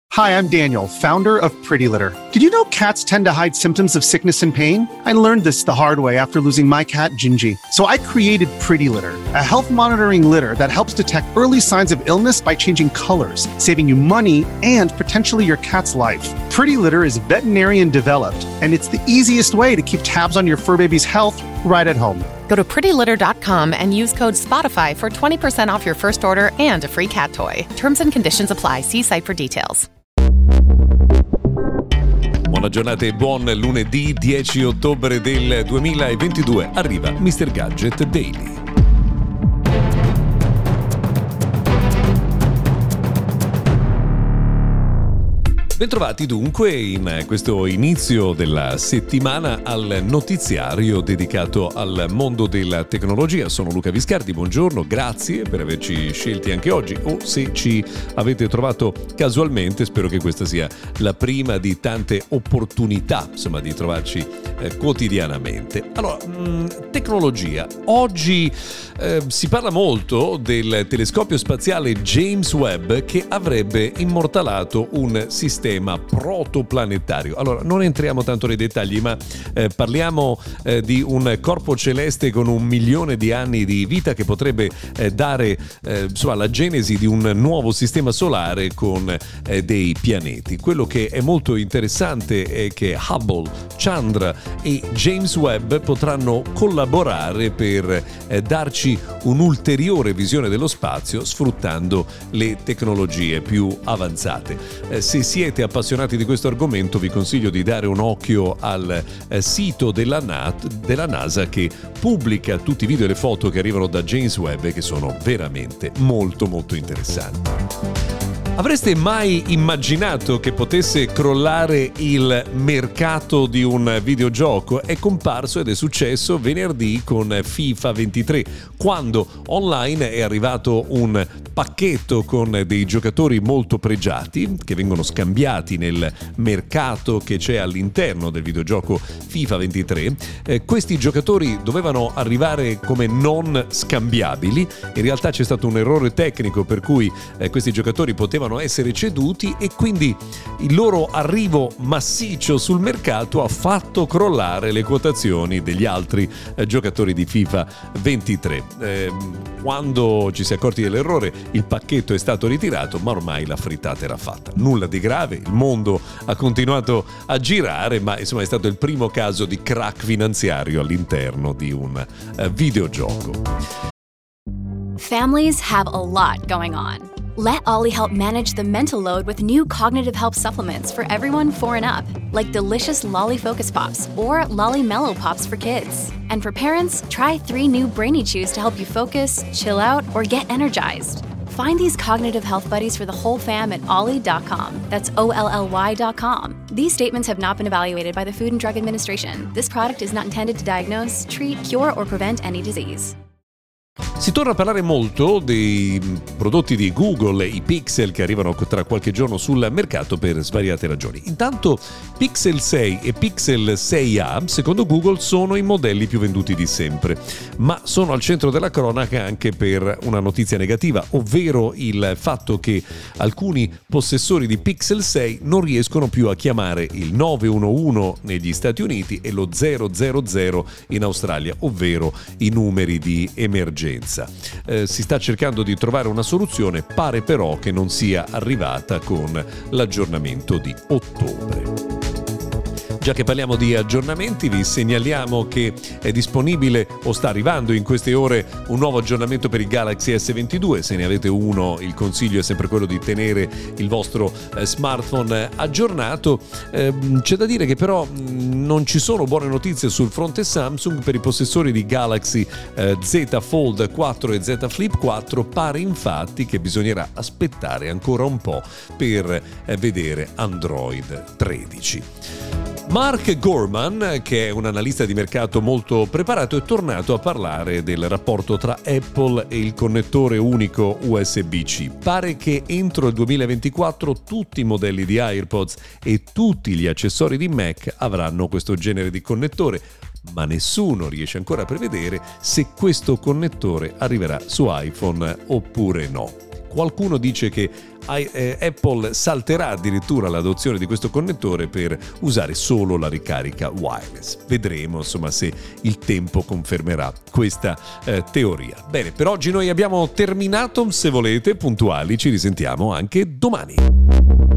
Hi, I'm Daniel, founder of Pretty Litter. Did you know cats tend to hide symptoms of sickness and pain? I learned this the hard way after losing my cat, Gingy. So I created Pretty Litter, a health monitoring litter that helps detect early signs of illness by changing colors, saving you money and potentially your cat's life. Pretty Litter is veterinarian developed, and it's the easiest way to keep tabs on your fur baby's health right at home. Go to prettylitter.com and use code SPOTIFY for 20% off your first order and a free cat toy. Terms and conditions apply. See site for details. Buona giornata e buon lunedì 10 ottobre del 2022. Arriva Mr. Gadget Daily. Bentrovati dunque in questo inizio della settimana al notiziario dedicato al mondo della tecnologia. Sono Luca Viscardi, buongiorno, grazie per averci scelti anche oggi, o se ci avete trovato casualmente, spero che questa sia la prima di tante opportunità, insomma, di trovarci quotidianamente. Allora, tecnologia. Oggi si parla molto del telescopio spaziale James Webb che avrebbe immortalato un sistema protoplanetario. Allora, non entriamo tanto nei dettagli, ma parliamo di un corpo celeste con 1 milione di anni di vita che potrebbe dare la genesi di un nuovo sistema solare con dei pianeti. Quello che è molto interessante è che Hubble, Chandra e James Webb potranno collaborare per darci un'ulteriore visione dello spazio sfruttando le tecnologie più avanzate. Se siete appassionati di questo argomento, vi consiglio di dare un occhio al sito della NASA che pubblica tutti i video e le foto che arrivano da James Webb e che sono veramente molto molto interessanti. Avreste mai immaginato che potesse crollare il mercato di un videogioco? È comparso ed è successo venerdì con FIFA 23, quando online è arrivato un pacchetto con dei giocatori molto pregiati che vengono scambiati nel mercato che c'è all'interno del videogioco FIFA 23. Questi giocatori dovevano arrivare come non scambiabili. In realtà c'è stato un errore tecnico per cui questi giocatori potevano essere ceduti e quindi il loro arrivo massiccio sul mercato ha fatto crollare le quotazioni degli altri giocatori di FIFA 23. Quando ci si è accorti dell'errore, il pacchetto è stato ritirato, ma ormai la frittata era fatta. Nulla di grave, il mondo ha continuato a girare, ma insomma è stato il primo caso di crack finanziario all'interno di un videogioco. Families have a lot going on. Let Ollie help manage the mental load with new cognitive help supplements for everyone 4 and up, like delicious Lolly Focus Pops or Lolly Mellow Pops for kids. And for parents, try 3 new Brainy Chews to help you focus, chill out, or get energized. Find these cognitive health buddies for the whole fam at ollie.com. That's OLLY.com. These statements have not been evaluated by the Food and Drug Administration. This product is not intended to diagnose, treat, cure, or prevent any disease. Si torna a parlare molto dei prodotti di Google, i Pixel che arrivano tra qualche giorno sul mercato per svariate ragioni. Intanto Pixel 6 e Pixel 6a, secondo Google, sono i modelli più venduti di sempre, ma sono al centro della cronaca anche per una notizia negativa, ovvero il fatto che alcuni possessori di Pixel 6 non riescono più a chiamare il 911 negli Stati Uniti e lo 000 in Australia, ovvero i numeri di emergenza. Si sta cercando di trovare una soluzione, pare però che non sia arrivata con l'aggiornamento di ottobre. Già che parliamo di aggiornamenti, vi segnaliamo che è disponibile o sta arrivando in queste ore un nuovo aggiornamento per il Galaxy S22. Se ne avete uno, il consiglio è sempre quello di tenere il vostro smartphone aggiornato. C'è da dire che però non ci sono buone notizie sul fronte Samsung per i possessori di Galaxy Z Fold 4 e Z Flip 4. Pare infatti che bisognerà aspettare ancora un po' per vedere Android 13. Mark Gurman, che è un analista di mercato molto preparato, è tornato a parlare del rapporto tra Apple e il connettore unico USB-C. Pare che entro il 2024 tutti i modelli di AirPods e tutti gli accessori di Mac avranno questo genere di connettore, ma nessuno riesce ancora a prevedere se questo connettore arriverà su iPhone oppure no. Qualcuno dice che Apple salterà addirittura l'adozione di questo connettore per usare solo la ricarica wireless. Vedremo insomma se il tempo confermerà questa teoria. Bene, per oggi noi abbiamo terminato. Se volete, puntuali, ci risentiamo anche domani.